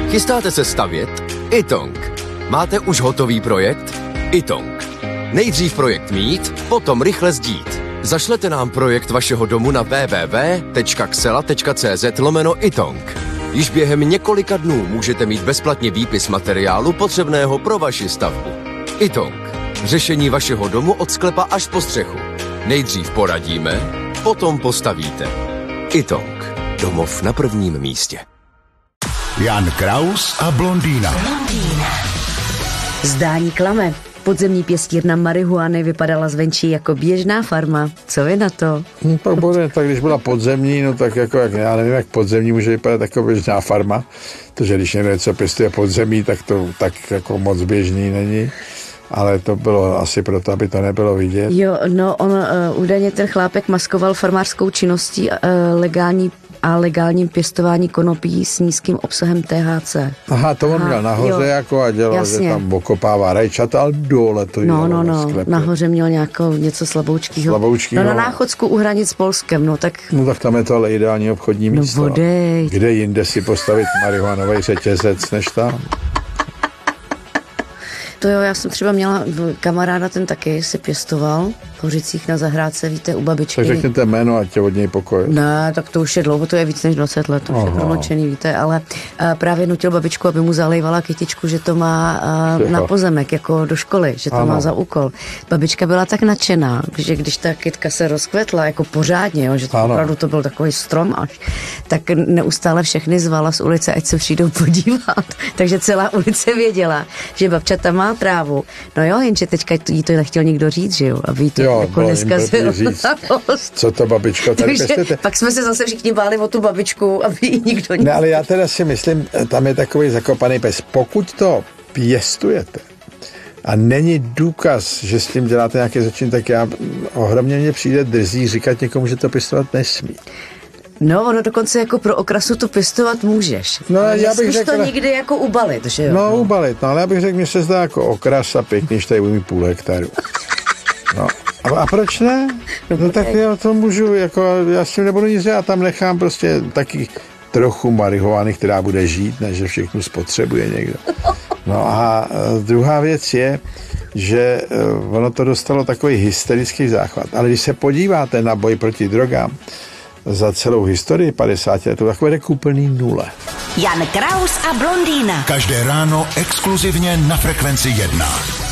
Chystáte se stavět? iTong. Máte už hotový projekt? iTong. Nejdřív projekt mít, potom rychle sdít. Zašlete nám projekt vašeho domu na www.xela.cz/iTong. Již během několika dnů můžete mít bezplatně výpis materiálu potřebného pro vaši stavbu. iTong. Řešení vašeho domu od sklepa až po střechu. Nejdřív poradíme, potom postavíte. iTong. Domov na prvním místě. Jan Kraus a blondýna. Zdání klame. Podzemní pěstírna marihuany vypadala zvenčí jako běžná farma. Co je na to? Tak když byla podzemní, no tak jako, já nevím, jak podzemní může vypadat jako běžná farma. Protože když někdo něco pěstuje podzemí, tak to tak jako moc běžný není. Ale to bylo asi proto, aby to nebylo vidět. Jo, no údajně ten chlápek maskoval farmářskou činností legálním pěstování konopí s nízkým obsahem THC. Aha, to on měl nahoře jako a dělal, jasně, že tam okopává rajčata, ale dole to dělal. No, nahoře měl něco slaboučkýho. No na Náchodsku u hranic s Polskem, no tak tam je to ale ideální obchodní místo. No bodej. Kde jinde si postavit marihuanový řetězec než tam? To jo, já jsem třeba měla kamaráda, ten taky si pěstoval v Hořicích na zahrádce, víte, u babičky. Tak řekněte jméno, ať tě od něj pokoj. Ne, tak to už je dlouho, to je víc než 20 let, to už je promlčený, víte, ale právě nutil babičku, aby mu zalejvala kytičku, že to má na pozemek, jako do školy, že to má za úkol. Babička byla tak nadšená, že když ta kytka se rozkvetla, jako pořádně, jo, že to opravdu to byl takový strom až, tak neustále všechny zvala z ulice, ať se přijdou podívat. Takže celá ulice věděla, že babčata má trávu. No jo, jenže teďka jí to nechtěl nikdo říct, že jo, a ví to jako neskazil. Co to babičko tady pěstujete? Pak jsme se zase všichni báli o tu babičku, aby jí nikdo nic. Ne, ale já teda si myslím, tam je takový zakopaný pes. Pokud to pěstujete a není důkaz, že s tím děláte nějaké začin, tak ohromně mně přijde drzí říkat někomu, že to pěstovat nesmí. No, ono dokonce jako pro okrasu to pěstovat můžeš. No, já bych řekl, to někdy jako ubalit, že jo? No, ubalit, no, ale já bych řekl, mně se zdá jako okrasa pěkný, že tady umí 0,5 hektaru. No, a proč ne? No tak já to můžu, jako, já s tím nebudu nic, já tam nechám prostě taky trochu marihuany, která bude žít, ne, že všechno spotřebuje někdo. No a druhá věc je, že ono to dostalo takový hysterický záchvat. Ale když se podíváte na boj proti drogám, za celou historii 50 let, to takové k úplný nule. Jan Kraus a blondýna. Každé ráno exkluzivně na Frekvenci 1.